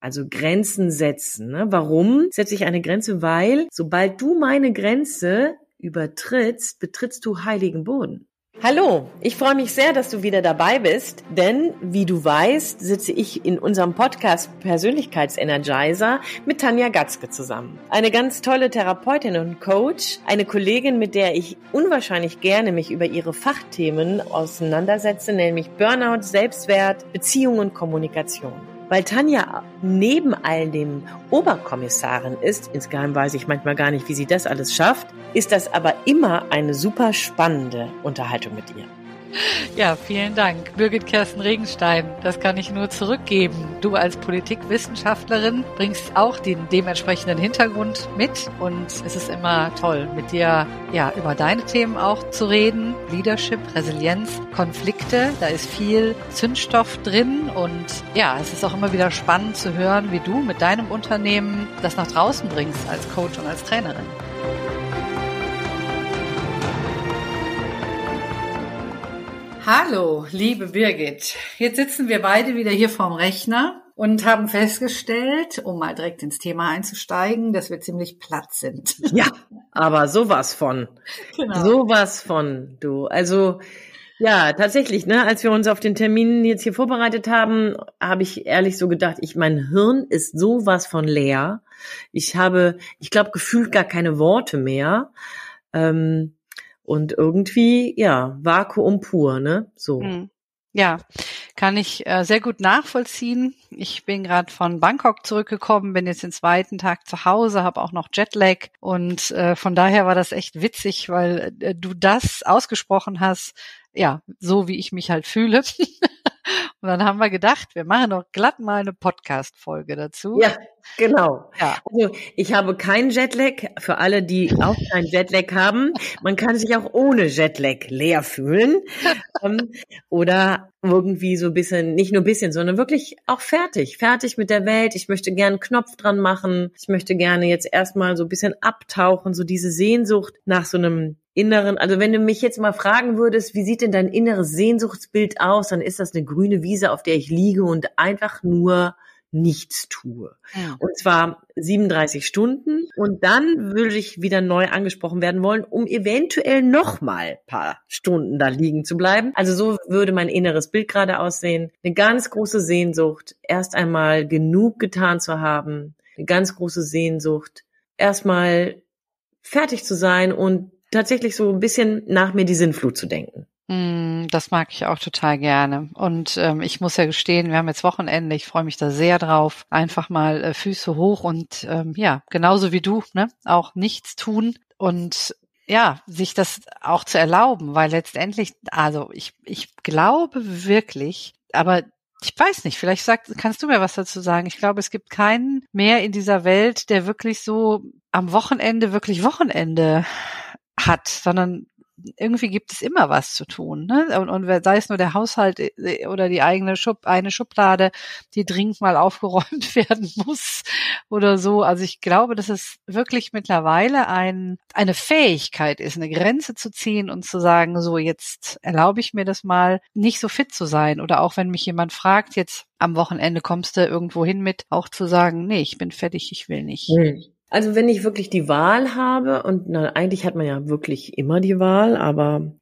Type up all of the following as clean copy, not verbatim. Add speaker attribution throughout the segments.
Speaker 1: Also Grenzen setzen. Ne? Warum setze ich eine Grenze? Weil sobald du meine Grenze übertrittst, betrittst du heiligen Boden. Hallo, ich freue mich sehr, dass du wieder dabei bist, denn wie du weißt, sitze ich in unserem Podcast Persönlichkeitsenergizer mit Tanja Gatzke zusammen. Eine ganz tolle Therapeutin und Coach, eine Kollegin, mit der ich unwahrscheinlich gerne mich über ihre Fachthemen auseinandersetze, nämlich Burnout, Selbstwert, Beziehung und Kommunikation. Weil Tanja neben all dem Oberkommissarin ist, insgeheim weiß ich manchmal gar nicht, wie sie das alles schafft, ist das aber immer eine super spannende Unterhaltung mit ihr.
Speaker 2: Ja, vielen Dank. Birgit Kersten Regenstein, das kann ich nur zurückgeben. Du als Politikwissenschaftlerin bringst auch den dementsprechenden Hintergrund mit und es ist immer toll, mit dir über deine Themen auch zu reden. Leadership, Resilienz, Konflikte, da ist viel Zündstoff drin und es ist auch immer wieder spannend zu hören, wie du mit deinem Unternehmen das nach draußen bringst als Coach und als Trainerin. Hallo, liebe Birgit. Jetzt sitzen wir beide wieder hier vorm Rechner und haben festgestellt, um mal direkt ins Thema einzusteigen, dass wir ziemlich platt sind.
Speaker 1: Ja, aber sowas von. Genau. Sowas von, du. Also, ja, tatsächlich, ne, als wir uns auf den Termin jetzt hier vorbereitet haben, habe ich ehrlich so gedacht, mein Hirn ist sowas von leer. Ich glaube, gefühlt gar keine Worte mehr. Und irgendwie, Vakuum pur, ne? So.
Speaker 2: Ja, kann ich sehr gut nachvollziehen. Ich bin gerade von Bangkok zurückgekommen, bin jetzt den zweiten Tag zu Hause, habe auch noch Jetlag und von daher war das echt witzig, weil du das ausgesprochen hast, so wie ich mich halt fühle. Und dann haben wir gedacht, wir machen doch glatt mal eine Podcast-Folge dazu.
Speaker 1: Ja, genau. Ja. Also ich habe keinen Jetlag. Für alle, die auch keinen Jetlag haben, man kann sich auch ohne Jetlag leer fühlen. Oder irgendwie so ein bisschen, nicht nur ein bisschen, sondern wirklich auch fertig mit der Welt. Ich möchte gerne einen Knopf dran machen. Ich möchte gerne jetzt erstmal so ein bisschen abtauchen, so diese Sehnsucht nach so einem inneren, also wenn du mich jetzt mal fragen würdest, wie sieht denn dein inneres Sehnsuchtsbild aus, dann ist das eine grüne Wiese, auf der ich liege und einfach nur nichts tue. Ja. Und zwar 37 Stunden und dann würde ich wieder neu angesprochen werden wollen, um eventuell noch mal ein paar Stunden da liegen zu bleiben. Also so würde mein inneres Bild gerade aussehen. Eine ganz große Sehnsucht, erst einmal genug getan zu haben. Eine ganz große Sehnsucht, erstmal fertig zu sein und tatsächlich so ein bisschen nach mir die Sinnflut zu denken.
Speaker 2: Das mag ich auch total gerne. Und ich muss ja gestehen, wir haben jetzt Wochenende, ich freue mich da sehr drauf. Einfach mal Füße hoch und genauso wie du, ne, auch nichts tun und sich das auch zu erlauben, weil letztendlich, also ich glaube wirklich, aber ich weiß nicht, vielleicht kannst du mir was dazu sagen. Ich glaube, es gibt keinen mehr in dieser Welt, der wirklich so am Wochenende wirklich Wochenende hat, sondern irgendwie gibt es immer was zu tun, ne? Und sei es nur der Haushalt oder die eigene eine Schublade, die dringend mal aufgeräumt werden muss oder so. Also ich glaube, dass es wirklich mittlerweile eine Fähigkeit ist, eine Grenze zu ziehen und zu sagen, so jetzt erlaube ich mir das mal, nicht so fit zu sein. Oder auch wenn mich jemand fragt, jetzt am Wochenende kommst du irgendwo hin mit, auch zu sagen, nee, ich bin fertig, ich will nicht.
Speaker 1: Also wenn ich wirklich die Wahl habe, und eigentlich hat man ja wirklich immer die Wahl, aber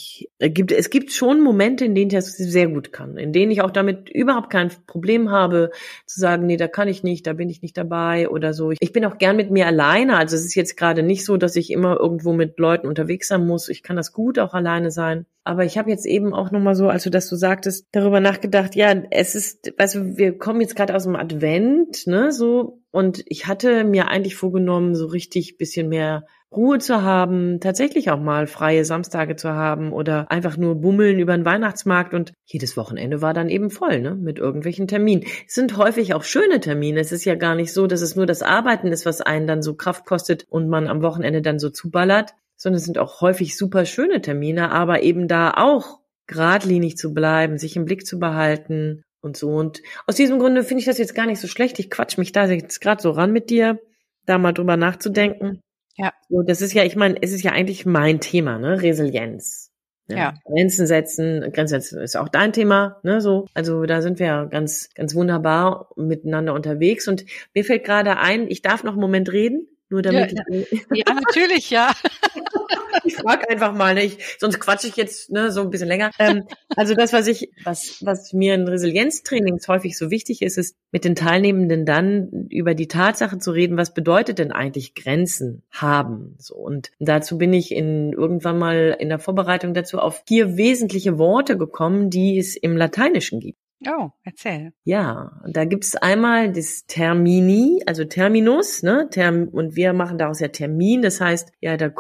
Speaker 1: es gibt schon Momente, in denen ich das sehr gut kann, in denen ich auch damit überhaupt kein Problem habe, zu sagen, nee, da kann ich nicht, da bin ich nicht dabei oder so. Ich bin auch gern mit mir alleine, also es ist jetzt gerade nicht so, dass ich immer irgendwo mit Leuten unterwegs sein muss. Ich kann das gut auch alleine sein. Aber ich habe jetzt eben auch nochmal so, als du das so sagtest, darüber nachgedacht, es ist, weißt du, wir kommen jetzt gerade aus dem Advent, ne, so, und ich hatte mir eigentlich vorgenommen, so richtig bisschen mehr Ruhe zu haben, tatsächlich auch mal freie Samstage zu haben oder einfach nur bummeln über den Weihnachtsmarkt und jedes Wochenende war dann eben voll, ne, mit irgendwelchen Terminen. Es sind häufig auch schöne Termine. Es ist ja gar nicht so, dass es nur das Arbeiten ist, was einen dann so Kraft kostet und man am Wochenende dann so zuballert, sondern es sind auch häufig super schöne Termine, aber eben da auch geradlinig zu bleiben, sich im Blick zu behalten und so. Und aus diesem Grunde finde ich das jetzt gar nicht so schlecht. Ich quatsch mich da jetzt gerade so ran mit dir, da mal drüber nachzudenken.
Speaker 2: Ja.
Speaker 1: So, das ist ja, ich meine, es ist ja eigentlich mein Thema, ne, Resilienz.
Speaker 2: Ja.
Speaker 1: Grenzen setzen ist auch dein Thema, ne, so. Also da sind wir ja ganz, ganz wunderbar miteinander unterwegs. Und mir fällt gerade ein, ich darf noch einen Moment reden, nur damit
Speaker 2: ja, natürlich, ja.
Speaker 1: Ich frage einfach mal, ne? Sonst quatsche ich jetzt so ein bisschen länger. Also das, was mir in Resilienztrainings häufig so wichtig ist, ist mit den Teilnehmenden dann über die Tatsache zu reden, was bedeutet denn eigentlich Grenzen haben? So, und dazu bin ich irgendwann mal in der Vorbereitung dazu auf 4 wesentliche Worte gekommen, die es im Lateinischen gibt.
Speaker 2: Oh, erzähl.
Speaker 1: Ja, da gibt's einmal das Termini, also Terminus, ne, und wir machen daraus ja Termin. Das heißt, ja, da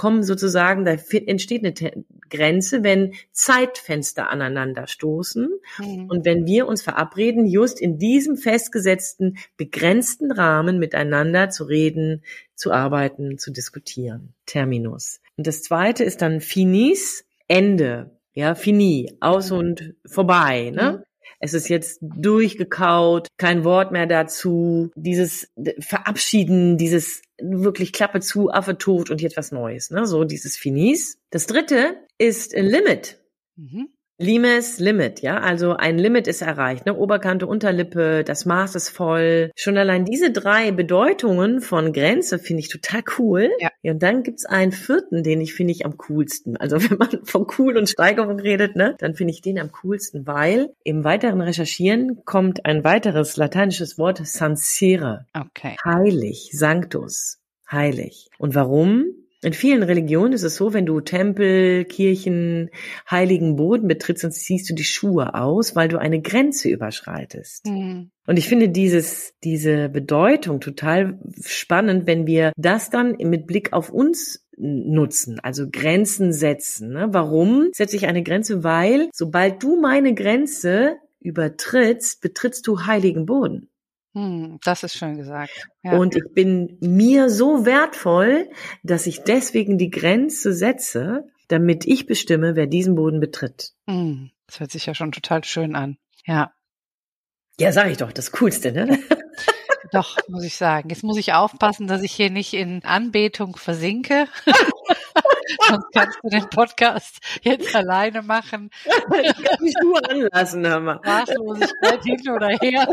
Speaker 1: entsteht eine Grenze, wenn Zeitfenster aneinander stoßen und wenn wir uns verabreden, just in diesem festgesetzten, begrenzten Rahmen miteinander zu reden, zu arbeiten, zu diskutieren. Terminus. Und das zweite ist dann Finis, Ende. Ja, fini, aus und vorbei, ne? Es ist jetzt durchgekaut, kein Wort mehr dazu, dieses Verabschieden, dieses wirklich Klappe zu, Affe tot und jetzt was Neues, ne? So dieses Finis. Das dritte ist Limit. Limes, Limit, ja, also ein Limit ist erreicht, ne? Oberkante, Unterlippe, das Maß ist voll. Schon allein diese 3 Bedeutungen von Grenze finde ich total cool. Ja, und dann gibt's einen 4., den finde ich am coolsten. Also wenn man von cool und Steigerung redet, ne, dann finde ich den am coolsten, weil im weiteren Recherchieren kommt ein weiteres lateinisches Wort, sancere. Okay. Heilig, sanctus, heilig. Und warum? In vielen Religionen ist es so, wenn du Tempel, Kirchen, heiligen Boden betrittst, dann ziehst du die Schuhe aus, weil du eine Grenze überschreitest. Und ich finde diese Bedeutung total spannend, wenn wir das dann mit Blick auf uns nutzen, also Grenzen setzen. Ne? Warum setze ich eine Grenze? Weil sobald du meine Grenze übertrittst, betrittst du heiligen Boden.
Speaker 2: Das ist schön gesagt.
Speaker 1: Ja. Und ich bin mir so wertvoll, dass ich deswegen die Grenze setze, damit ich bestimme, wer diesen Boden betritt.
Speaker 2: Das hört sich ja schon total schön an. Ja.
Speaker 1: Ja, sag ich doch, das Coolste, ne?
Speaker 2: Doch, muss ich sagen. Jetzt muss ich aufpassen, dass ich hier nicht in Anbetung versinke. Sonst kannst du den Podcast jetzt alleine machen.
Speaker 1: Ich kann mich nur anlassen, hör mal.
Speaker 2: Maßlosigkeit hin oder her.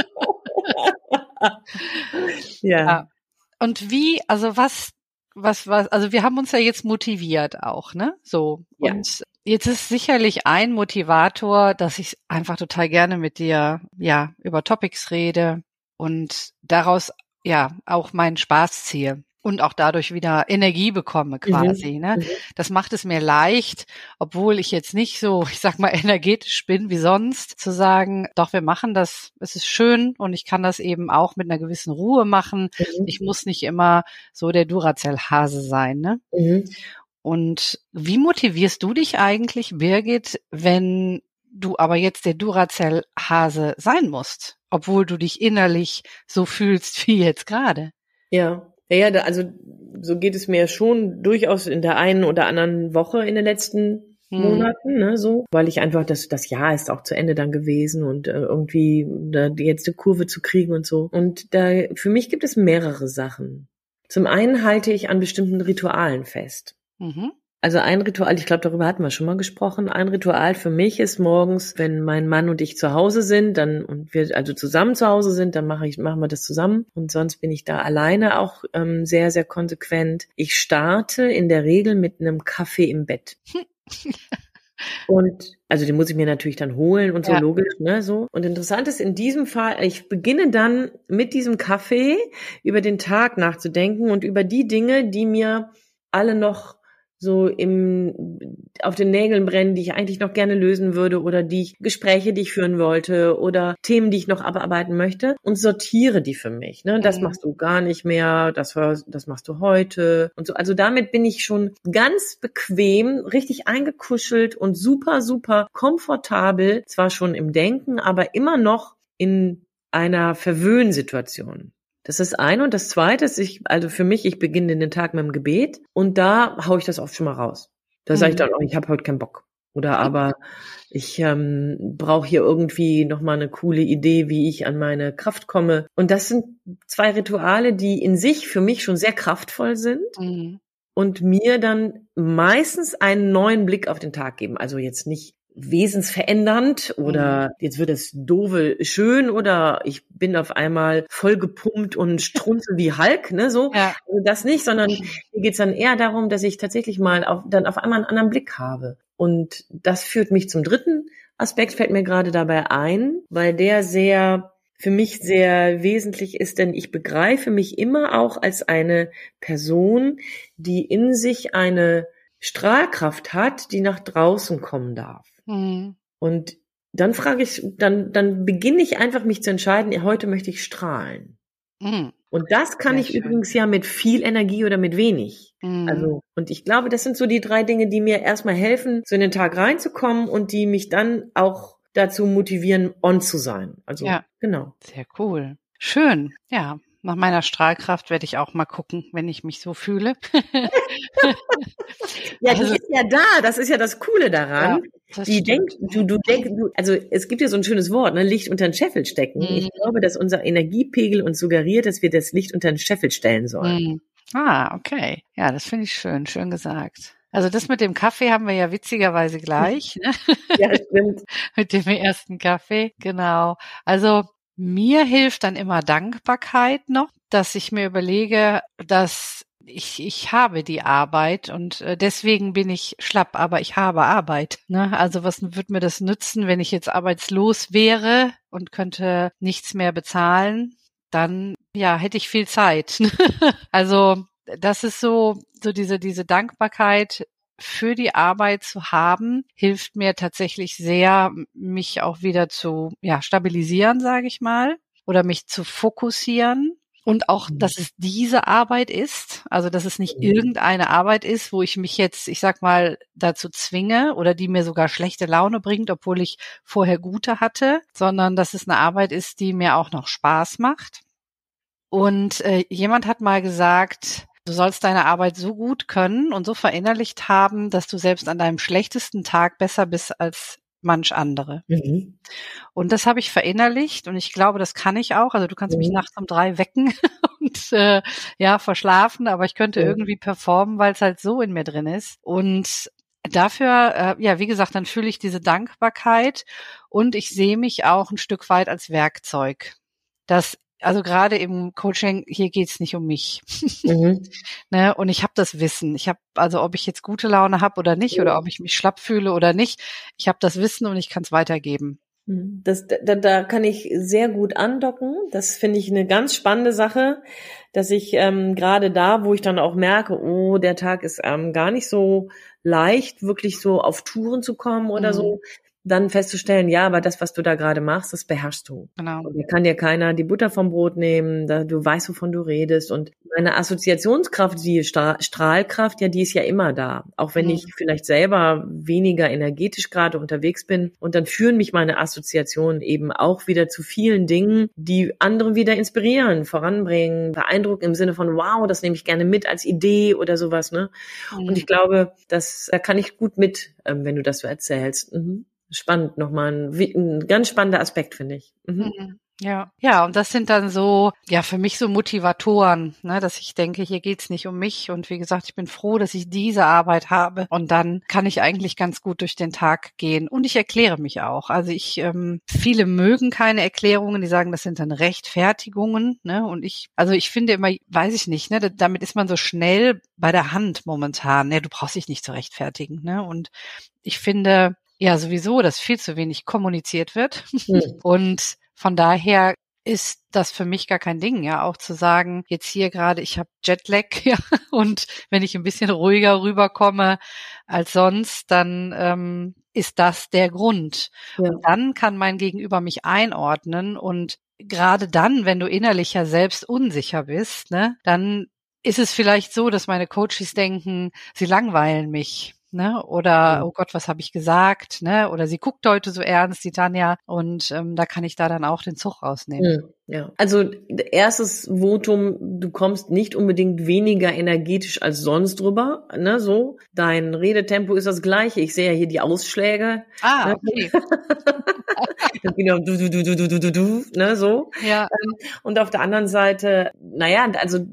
Speaker 2: Ja. Und wie, also was, also wir haben uns ja jetzt motiviert auch, ne? So. Ja. Und jetzt ist sicherlich ein Motivator, dass ich einfach total gerne mit dir, ja, über Topics rede und daraus, ja, auch meinen Spaß ziehe. Und auch dadurch wieder Energie bekomme quasi. Ne? Das macht es mir leicht, obwohl ich jetzt nicht so, ich sag mal, energetisch bin wie sonst, zu sagen, doch, wir machen das, es ist schön und ich kann das eben auch mit einer gewissen Ruhe machen. Ich muss nicht immer so der Duracell-Hase sein. Ne? Und wie motivierst du dich eigentlich, Birgit, wenn du aber jetzt der Duracell-Hase sein musst, obwohl du dich innerlich so fühlst wie jetzt gerade?
Speaker 1: Ja. Ja, also so geht es mir schon durchaus in der einen oder anderen Woche in den letzten Monaten, ne, so, weil ich einfach, das Jahr ist auch zu Ende dann gewesen und irgendwie jetzt eine Kurve zu kriegen und so. Und für mich gibt es mehrere Sachen. Zum einen halte ich an bestimmten Ritualen fest. Also ein Ritual, ich glaube, darüber hatten wir schon mal gesprochen, ein Ritual für mich ist morgens, wenn mein Mann und ich zu Hause sind, und wir also zusammen zu Hause sind, dann machen wir das zusammen und sonst bin ich da alleine auch sehr, sehr konsequent. Ich starte in der Regel mit einem Kaffee im Bett. Und also den muss ich mir natürlich dann holen und so, ja. Logisch, ne, so. Und interessant ist in diesem Fall, ich beginne dann mit diesem Kaffee über den Tag nachzudenken und über die Dinge, die mir alle noch so auf den Nägeln brennen, die ich eigentlich noch gerne lösen würde oder Gespräche, die ich führen wollte oder Themen, die ich noch abarbeiten möchte und sortiere die für mich. Ne? Das machst du gar nicht mehr, das machst du heute und so. Also damit bin ich schon ganz bequem, richtig eingekuschelt und super, super komfortabel, zwar schon im Denken, aber immer noch in einer Verwöhnsituation. Das ist ein und das zweite ist, ich beginne den Tag mit dem Gebet und da hau ich das oft schon mal raus. Da sage ich dann auch, ich habe heute keinen Bock. Oder aber ich brauche hier irgendwie nochmal eine coole Idee, wie ich an meine Kraft komme. Und das sind 2 Rituale, die in sich für mich schon sehr kraftvoll sind. und mir dann meistens einen neuen Blick auf den Tag geben. Also jetzt nicht wesensverändernd oder jetzt wird es doofe schön oder ich bin auf einmal voll gepumpt und strunze wie Hulk, ne, so.
Speaker 2: Ja.
Speaker 1: Also das nicht, sondern mir geht's dann eher darum, dass ich tatsächlich mal dann auf einmal einen anderen Blick habe. Und das führt mich zum dritten Aspekt, fällt mir gerade dabei ein, weil der für mich sehr wesentlich ist, denn ich begreife mich immer auch als eine Person, die in sich eine Strahlkraft hat, die nach draußen kommen darf. Und dann dann beginne ich einfach mich zu entscheiden, heute möchte ich strahlen. Und das kann ich übrigens ja mit viel Energie oder mit wenig. Also, und ich glaube, das sind so die 3 Dinge, die mir erstmal helfen, so in den Tag reinzukommen und die mich dann auch dazu motivieren, on zu sein. Also, genau.
Speaker 2: Sehr cool. Schön. Ja. Nach meiner Strahlkraft werde ich auch mal gucken, wenn ich mich so fühle.
Speaker 1: Ja, also, die ist ja da. Das ist ja das Coole daran. Ja, die denkt, also es gibt ja so ein schönes Wort, ne, Licht unter den Scheffel stecken. Ich glaube, dass unser Energiepegel uns suggeriert, dass wir das Licht unter den Scheffel stellen sollen.
Speaker 2: Ah, okay. Ja, das finde ich schön. Schön gesagt. Also das mit dem Kaffee haben wir ja witzigerweise gleich. Ne?
Speaker 1: Ja, stimmt.
Speaker 2: Mit dem ersten Kaffee, genau. Also mir hilft dann immer Dankbarkeit noch, dass ich mir überlege, dass ich habe die Arbeit und deswegen bin ich schlapp, aber ich habe Arbeit. Ne? Also was wird mir das nützen, wenn ich jetzt arbeitslos wäre und könnte nichts mehr bezahlen? Dann ja, hätte ich viel Zeit. Also das ist so diese Dankbarkeit für die Arbeit zu haben, hilft mir tatsächlich sehr, mich auch wieder zu stabilisieren, sage ich mal, oder mich zu fokussieren. Und auch, dass es diese Arbeit ist, also dass es nicht irgendeine Arbeit ist, wo ich mich jetzt, ich sag mal, dazu zwinge oder die mir sogar schlechte Laune bringt, obwohl ich vorher gute hatte, sondern dass es eine Arbeit ist, die mir auch noch Spaß macht. Und jemand hat mal gesagt, du sollst deine Arbeit so gut können und so verinnerlicht haben, dass du selbst an deinem schlechtesten Tag besser bist als manch andere. Und das habe ich verinnerlicht und ich glaube, das kann ich auch. Also du kannst mich nachts um 3 wecken und verschlafen, aber ich könnte irgendwie performen, weil es halt so in mir drin ist. Und dafür, wie gesagt, dann fühle ich diese Dankbarkeit und ich sehe mich auch ein Stück weit als Werkzeug. Also gerade im Coaching, hier geht's nicht um mich. Ne? Und ich habe das Wissen. Also ob ich jetzt gute Laune habe oder nicht, oder ob ich mich schlapp fühle oder nicht, ich habe das Wissen und ich kann es weitergeben.
Speaker 1: Da kann ich sehr gut andocken. Das finde ich eine ganz spannende Sache, dass ich gerade da, wo ich dann auch merke, oh, der Tag ist gar nicht so leicht, wirklich so auf Touren zu kommen oder so, dann festzustellen, ja, aber das, was du da gerade machst, das beherrschst du.
Speaker 2: Genau.
Speaker 1: Und da kann dir keiner die Butter vom Brot nehmen, du weißt, wovon du redest. Und meine Assoziationskraft, die Strahlkraft, ja, die ist ja immer da. Auch wenn ich vielleicht selber weniger energetisch gerade unterwegs bin. Und dann führen mich meine Assoziationen eben auch wieder zu vielen Dingen, die andere wieder inspirieren, voranbringen, beeindrucken im Sinne von, wow, das nehme ich gerne mit als Idee oder sowas, ne? Und ich glaube, da kann ich gut mit, wenn du das so erzählst. Spannend, nochmal ein ganz spannender Aspekt, finde ich.
Speaker 2: Ja, und das sind dann so, für mich so Motivatoren, ne, dass ich denke, hier geht's nicht um mich und wie gesagt, ich bin froh, dass ich diese Arbeit habe und dann kann ich eigentlich ganz gut durch den Tag gehen und ich erkläre mich auch. Also viele mögen keine Erklärungen, die sagen, das sind dann Rechtfertigungen, ne, und ich finde immer, weiß ich nicht, ne, damit ist man so schnell bei der Hand momentan, ne, du brauchst dich nicht zu rechtfertigen, ne, und ich finde, ja, sowieso, dass viel zu wenig kommuniziert wird. Und von daher ist das für mich gar kein Ding, ja, auch zu sagen, jetzt hier gerade, ich habe Jetlag, ja, und wenn ich ein bisschen ruhiger rüberkomme als sonst, dann ist das der Grund. Ja. Und dann kann mein Gegenüber mich einordnen und gerade dann, wenn du innerlich ja selbst unsicher bist, ne, dann ist es vielleicht so, dass meine Coaches denken, sie langweilen mich. Ne? Oder, oh Gott, was habe ich gesagt? Ne? Oder sie guckt heute so ernst, die Tanja, und da kann ich da dann auch den Zug rausnehmen.
Speaker 1: Ja. Also erstes Votum, du kommst nicht unbedingt weniger energetisch als sonst rüber, ne? So, dein Redetempo ist das gleiche. Ich sehe ja hier die Ausschläge.
Speaker 2: Ah, okay.
Speaker 1: Genau, du, ne, so.
Speaker 2: Ja.
Speaker 1: Und auf der anderen Seite, also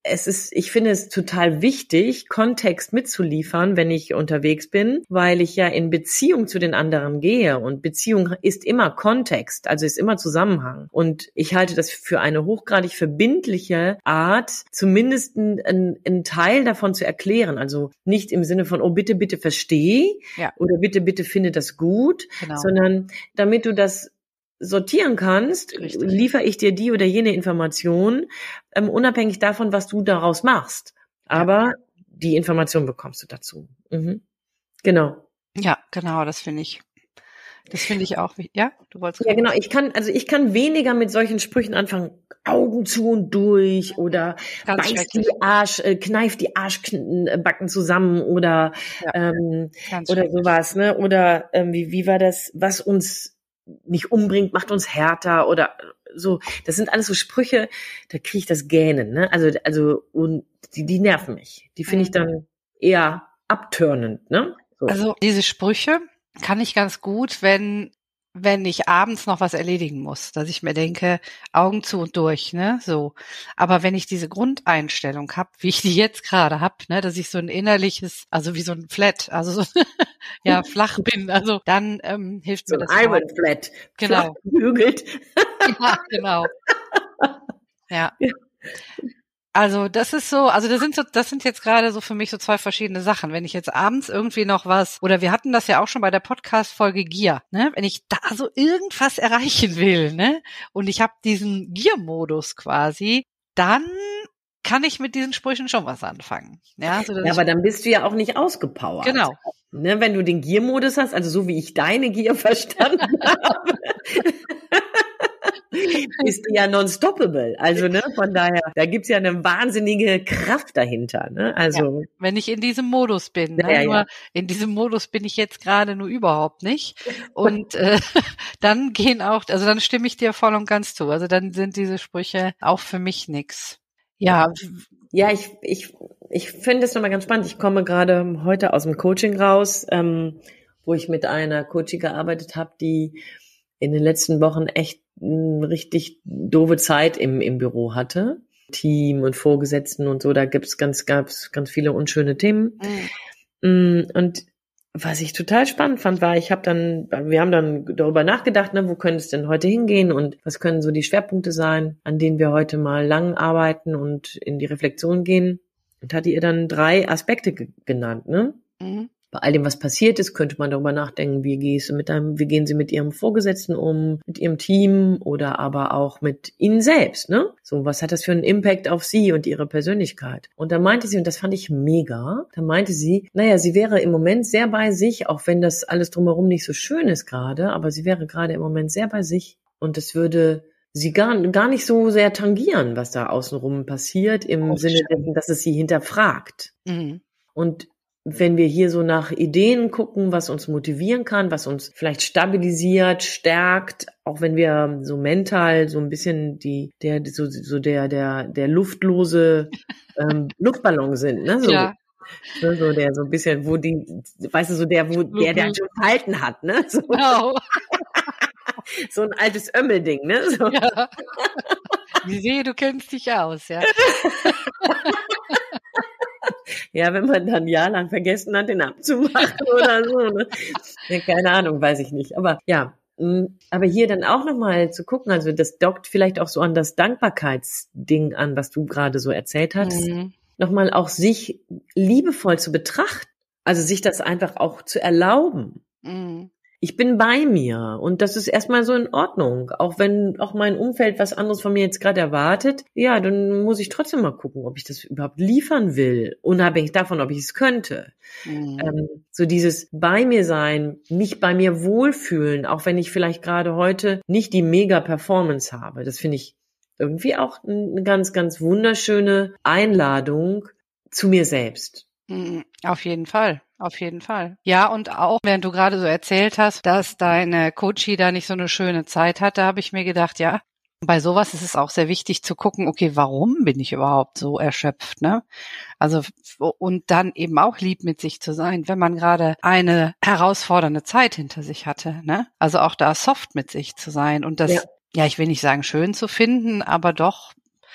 Speaker 1: ich finde es total wichtig, Kontext mitzuliefern, wenn ich unterwegs bin, weil ich ja in Beziehung zu den anderen gehe und Beziehung ist immer Kontext, also ist immer Zusammenhang. Und ich halte das für eine hochgradig verbindliche Art, zumindest einen Teil davon zu erklären. Also nicht im Sinne von, oh bitte, bitte versteh oder bitte, bitte finde das gut, sondern damit du das sortieren kannst, liefere ich dir die oder jene Information, unabhängig davon, was du daraus machst. Aber die Information bekommst du dazu. Mhm. Genau.
Speaker 2: Ja, genau, das finde ich auch wichtig. Ja, du wolltest.
Speaker 1: Ja, genau. Ich kann weniger mit solchen Sprüchen anfangen. Augen zu und durch oder kneif die Arschbacken zusammen oder sowas, ne? Oder wie war das? Was uns nicht umbringt, macht uns härter oder so. Das sind alles so Sprüche, da kriege ich das Gähnen, ne? Also und die nerven mich. Die finde ich dann eher abturnend, ne? So.
Speaker 2: Also diese Sprüche kann ich ganz gut, wenn ich abends noch was erledigen muss, dass ich mir denke, Augen zu und durch, ne, so. Aber wenn ich diese Grundeinstellung habe, wie ich die jetzt gerade habe, ne, dass ich so ein innerliches, also wie so ein Flat, also so, ja, flach bin, also dann hilft
Speaker 1: so
Speaker 2: mir das.
Speaker 1: So ein Iron Flat.
Speaker 2: Genau.
Speaker 1: Gebügelt.
Speaker 2: Ja, genau. Ja. Also das ist so, also das sind jetzt gerade so für mich so zwei verschiedene Sachen. Wenn ich jetzt abends irgendwie noch was, oder wir hatten das ja auch schon bei der Podcast-Folge Gier, ne? Wenn ich da so irgendwas erreichen will, ne? Und ich habe diesen Gier-Modus quasi, dann kann ich mit diesen Sprüchen schon was anfangen. Ja,
Speaker 1: aber dann bist du ja auch nicht ausgepowert.
Speaker 2: Genau.
Speaker 1: Ne, wenn du den Gier-Modus hast, also so wie ich deine Gier verstanden habe, bist du ja non-stoppable. Also, ne, von daher, da gibt's ja eine wahnsinnige Kraft dahinter, ne? Also.
Speaker 2: Ja, wenn ich in diesem Modus bin, ne? Nur in diesem Modus bin ich jetzt gerade nur überhaupt nicht. Und dann dann stimme ich dir voll und ganz zu. Also dann sind diese Sprüche auch für mich nix. Ja.
Speaker 1: Ja, ich finde es nochmal ganz spannend. Ich komme gerade heute aus dem Coaching raus, wo ich mit einer Coachie gearbeitet habe, die in den letzten Wochen echt eine richtig doofe Zeit im Büro hatte. Team und Vorgesetzten und so, da gab's ganz viele unschöne Themen. Und was ich total spannend fand, war, wir haben dann darüber nachgedacht, ne, wo könnte es denn heute hingehen und was können so die Schwerpunkte sein, an denen wir heute mal lang arbeiten und in die Reflexion gehen. Und hatte ihr dann 3 Aspekte genannt, ne? Mhm. Bei all dem, was passiert ist, könnte man darüber nachdenken, wie gehen Sie mit Ihrem Vorgesetzten um, mit Ihrem Team oder aber auch mit Ihnen selbst, ne? So, was hat das für einen Impact auf Sie und Ihre Persönlichkeit? Und da meinte sie, und das fand ich mega, da meinte sie, sie wäre im Moment sehr bei sich, auch wenn das alles drumherum nicht so schön ist gerade, aber sie wäre gerade im Moment sehr bei sich und das würde sie gar nicht so sehr tangieren, was da außenrum passiert, im Sinne dessen, dass es sie hinterfragt. Mhm. Und wenn wir hier so nach Ideen gucken, was uns motivieren kann, was uns vielleicht stabilisiert, stärkt, auch wenn wir so mental so ein bisschen der luftlose Luftballon sind, ne? So, ja. So der so ein bisschen, wo die, weißt du, so der schon Falten hat, ne? So. Genau. So ein altes Ömmelding, ne? So.
Speaker 2: Ja. Ich sehe, du kennst dich aus, ja.
Speaker 1: Ja, wenn man dann ein Jahr lang vergessen hat, den abzumachen oder so. Ne? Ja, keine Ahnung, weiß ich nicht. Aber ja, aber hier dann auch nochmal zu gucken, also das dockt vielleicht auch so an das Dankbarkeitsding an, was du gerade so erzählt hast. Mhm. Nochmal auch sich liebevoll zu betrachten, also sich das einfach auch zu erlauben. Mhm. Ich bin bei mir und das ist erstmal so in Ordnung. Auch wenn auch mein Umfeld was anderes von mir jetzt gerade erwartet, ja, dann muss ich trotzdem mal gucken, ob ich das überhaupt liefern will, unabhängig davon, ob ich es könnte. Mhm. So dieses bei mir sein, mich bei mir wohlfühlen, auch wenn ich vielleicht gerade heute nicht die Mega-Performance habe. Das finde ich irgendwie auch eine ganz, ganz wunderschöne Einladung zu mir selbst.
Speaker 2: Auf jeden Fall. Auf jeden Fall. Ja, und auch, während du gerade so erzählt hast, dass deine Coachie da nicht so eine schöne Zeit hat, da habe ich mir gedacht, ja, bei sowas ist es auch sehr wichtig zu gucken, okay, warum bin ich überhaupt so erschöpft, ne? Also, und dann eben auch lieb mit sich zu sein, wenn man gerade eine herausfordernde Zeit hinter sich hatte, ne? Also auch da soft mit sich zu sein und das, ja ich will nicht sagen schön zu finden, aber doch.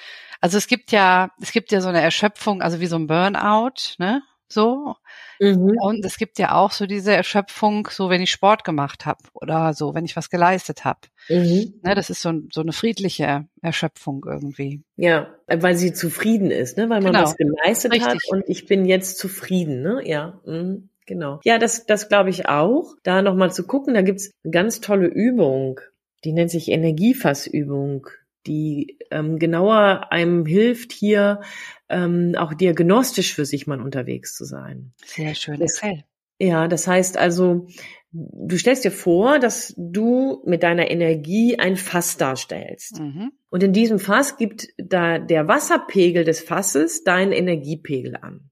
Speaker 2: Also es gibt ja so eine Erschöpfung, also wie so ein Burnout, ne? So. Und es gibt ja auch so diese Erschöpfung, so wenn ich Sport gemacht habe oder so, wenn ich was geleistet habe. Ne, das ist so eine friedliche Erschöpfung irgendwie.
Speaker 1: Ja, weil sie zufrieden ist, ne? Weil man
Speaker 2: Genau.
Speaker 1: was geleistet
Speaker 2: Richtig.
Speaker 1: hat und ich bin jetzt zufrieden, ne? Ja, genau. Ja, das glaube ich auch. Da nochmal zu gucken, da gibt's eine ganz tolle Übung, die nennt sich Energiefassübung, die genauer einem hilft, hier auch diagnostisch für sich mal unterwegs zu sein.
Speaker 2: Sehr schön,
Speaker 1: Das,
Speaker 2: erzähl.
Speaker 1: ja, das heißt also, du stellst dir vor, dass du mit deiner Energie ein Fass darstellst. Und in diesem Fass gibt da der Wasserpegel des Fasses deinen Energiepegel an.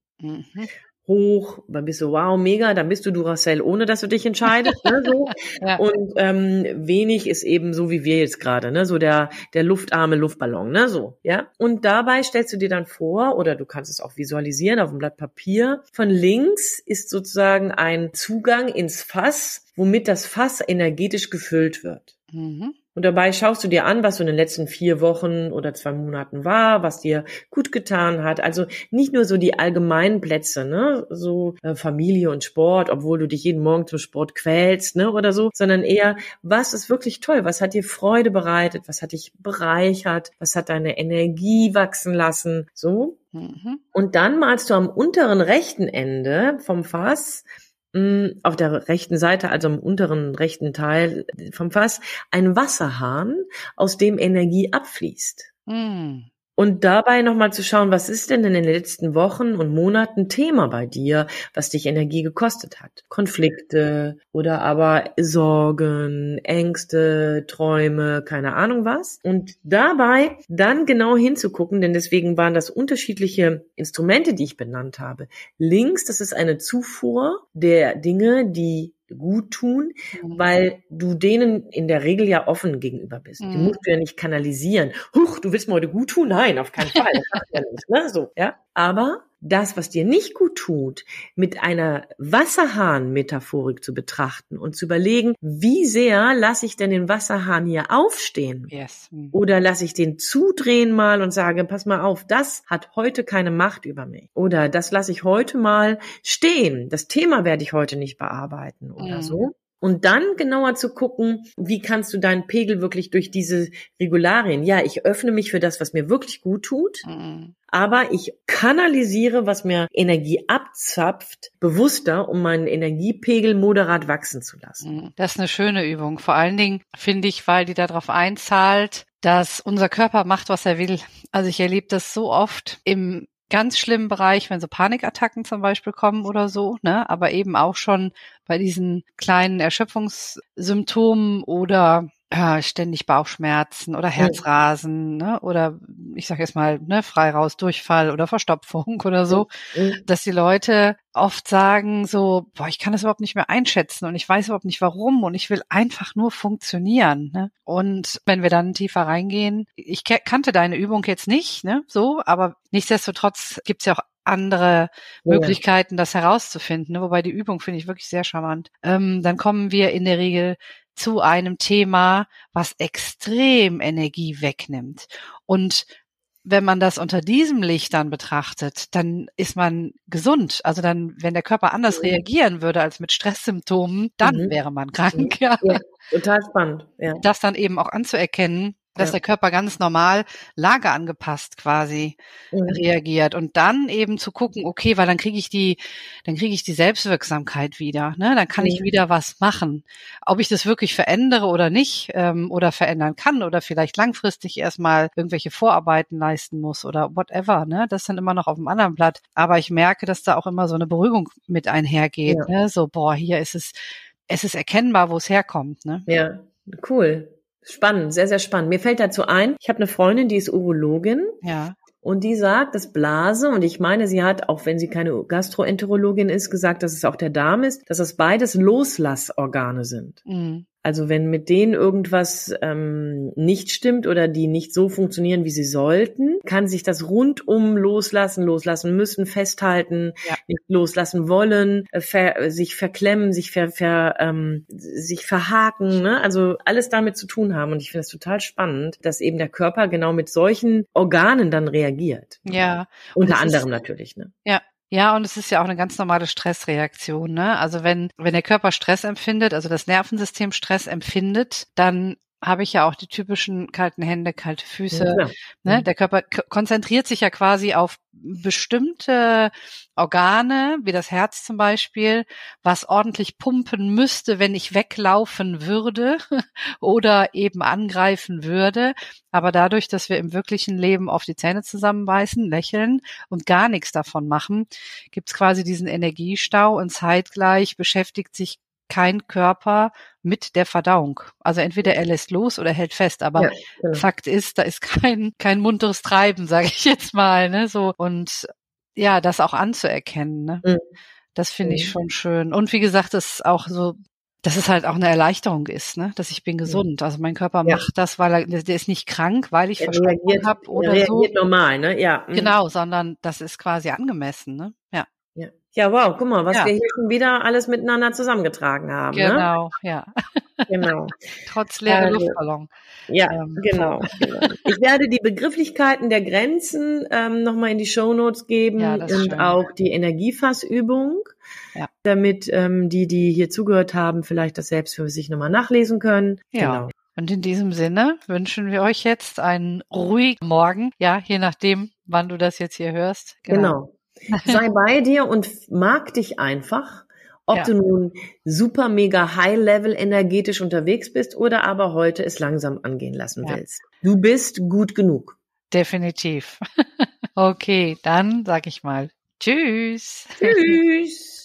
Speaker 1: Hoch, dann bist du wow, mega, dann bist du Duracell, ohne dass du dich entscheidest, ne, so.
Speaker 2: Ja.
Speaker 1: Und wenig ist eben so wie wir jetzt gerade, ne, so der luftarme Luftballon, ne, so, ja. Und dabei stellst du dir dann vor, oder du kannst es auch visualisieren auf einem Blatt Papier, von links ist sozusagen ein Zugang ins Fass, womit das Fass energetisch gefüllt wird. Und dabei schaust du dir an, was so in den letzten 4 Wochen oder 2 Monaten war, was dir gut getan hat. Also nicht nur so die allgemeinen Plätze, ne, so Familie und Sport, obwohl du dich jeden Morgen zum Sport quälst, ne, oder so, sondern eher, was ist wirklich toll, was hat dir Freude bereitet, was hat dich bereichert, was hat deine Energie wachsen lassen, so. Und dann malst du am unteren rechten Ende vom Fass, auf der rechten Seite, also am unteren rechten Teil vom Fass, ein Wasserhahn, aus dem Energie abfließt. Und dabei nochmal zu schauen, was ist denn in den letzten Wochen und Monaten Thema bei dir, was dich Energie gekostet hat? Konflikte oder aber Sorgen, Ängste, Träume, keine Ahnung was. Und dabei dann genau hinzugucken, denn deswegen waren das unterschiedliche Instrumente, die ich benannt habe. Links, das ist eine Zufuhr der Dinge, die gut tun, weil du denen in der Regel ja offen gegenüber bist. Die musst du ja nicht kanalisieren. Huch, du willst mir heute gut tun? Nein, auf keinen Fall. Das macht ja nicht, ne? So, ja. Aber das, was dir nicht gut tut, mit einer Wasserhahn-Metaphorik zu betrachten und zu überlegen, wie sehr lasse ich denn den Wasserhahn hier aufstehen?
Speaker 2: Yes.
Speaker 1: Oder lasse ich den zudrehen mal und sage, pass mal auf, das hat heute keine Macht über mich. Oder das lasse ich heute mal stehen. Das Thema werde ich heute nicht bearbeiten oder so. Und dann genauer zu gucken, wie kannst du deinen Pegel wirklich durch diese Regularien, ja, ich öffne mich für das, was mir wirklich gut tut, aber ich kanalisiere, was mir Energie abzapft, bewusster, um meinen Energiepegel moderat wachsen zu lassen.
Speaker 2: Das ist eine schöne Übung. Vor allen Dingen finde ich, weil die darauf einzahlt, dass unser Körper macht, was er will. Also ich erlebe das so oft im ganz schlimmen Bereich, wenn so Panikattacken zum Beispiel kommen oder so, ne, aber eben auch schon bei diesen kleinen Erschöpfungssymptomen oder ständig Bauchschmerzen oder Herzrasen, ne, oder ich sag jetzt mal, ne, frei raus Durchfall oder Verstopfung oder so, dass die Leute oft sagen so, boah, ich kann das überhaupt nicht mehr einschätzen und ich weiß überhaupt nicht warum und ich will einfach nur funktionieren, ne? Und wenn wir dann tiefer reingehen, ich kannte deine Übung jetzt nicht, ne, so, aber nichtsdestotrotz gibt's ja auch andere Möglichkeiten, das herauszufinden, ne? Wobei die Übung finde ich wirklich sehr charmant. Dann kommen wir in der Regel zu einem Thema, was extrem Energie wegnimmt. Und wenn man das unter diesem Licht dann betrachtet, dann ist man gesund. Also dann, wenn der Körper anders reagieren würde als mit Stresssymptomen, dann wäre man krank. Ja,
Speaker 1: total spannend. Ja.
Speaker 2: Das dann eben auch anzuerkennen, dass der Körper ganz normal lageangepasst quasi reagiert und dann eben zu gucken, okay, weil dann kriege ich die Selbstwirksamkeit wieder, ne? Dann kann ich wieder was machen. Ob ich das wirklich verändere oder nicht, oder verändern kann oder vielleicht langfristig erstmal irgendwelche Vorarbeiten leisten muss oder whatever, ne? Das ist dann immer noch auf dem anderen Blatt. Aber ich merke, dass da auch immer so eine Beruhigung mit einhergeht, ne? So, boah, hier ist es ist erkennbar, wo es herkommt, ne?
Speaker 1: Ja, cool. Spannend, sehr, sehr spannend. Mir fällt dazu ein, ich habe eine Freundin, die ist Urologin.
Speaker 2: Ja.
Speaker 1: Und die sagt, dass Blase, und ich meine, sie hat, auch wenn sie keine Gastroenterologin ist, gesagt, dass es auch der Darm ist, dass das beides Loslassorgane sind. Also wenn mit denen irgendwas nicht stimmt oder die nicht so funktionieren, wie sie sollten, kann sich das rundum loslassen müssen, festhalten, nicht loslassen wollen, sich verklemmen, sich verhaken, ne? Also alles damit zu tun haben. Und ich finde es total spannend, dass eben der Körper genau mit solchen Organen dann reagiert.
Speaker 2: Ja.
Speaker 1: Unter anderem natürlich, ne?
Speaker 2: Ja. Ja, und es ist ja auch eine ganz normale Stressreaktion, ne? Also wenn der Körper Stress empfindet, also das Nervensystem Stress empfindet, dann habe ich ja auch die typischen kalten Hände, kalte Füße,
Speaker 1: Ja.
Speaker 2: ne? Der Körper konzentriert sich ja quasi auf bestimmte Organe, wie das Herz zum Beispiel, was ordentlich pumpen müsste, wenn ich weglaufen würde oder eben angreifen würde. Aber dadurch, dass wir im wirklichen Leben auf die Zähne zusammenbeißen, lächeln und gar nichts davon machen, gibt's quasi diesen Energiestau und zeitgleich beschäftigt sich kein Körper mit der Verdauung. Also entweder er lässt los oder hält fest, aber Fakt ist, da ist kein munteres Treiben, sage ich jetzt mal, ne, so. Und ja, das auch anzuerkennen, ne? Das finde ich schon schön. Und wie gesagt, das ist auch so, dass es halt auch eine Erleichterung ist, ne, dass ich bin gesund. Also mein Körper macht das, weil der ist nicht krank, weil ich Verstopfung habe oder so.
Speaker 1: Reagiert normal, ne? Ja.
Speaker 2: Genau, sondern das ist quasi angemessen, ne? Ja.
Speaker 1: Ja, wow, guck mal, was wir hier schon wieder alles miteinander zusammengetragen haben.
Speaker 2: Genau,
Speaker 1: ne?
Speaker 2: Ja.
Speaker 1: Genau.
Speaker 2: Trotz leere Luftballon.
Speaker 1: Ja, genau. Ich werde die Begrifflichkeiten der Grenzen nochmal in die Shownotes geben und schön. Auch die Energiefassübung, damit die hier zugehört haben, vielleicht das selbst für sich nochmal nachlesen können.
Speaker 2: Ja. Genau. Und in diesem Sinne wünschen wir euch jetzt einen ruhigen Morgen, ja, je nachdem, wann du das jetzt hier hörst.
Speaker 1: Genau. Sei bei dir und mag dich einfach, ob du nun super mega high-level energetisch unterwegs bist oder aber heute es langsam angehen lassen willst. Du bist gut genug.
Speaker 2: Definitiv. Okay, dann sag ich mal Tschüss.
Speaker 1: Tschüss.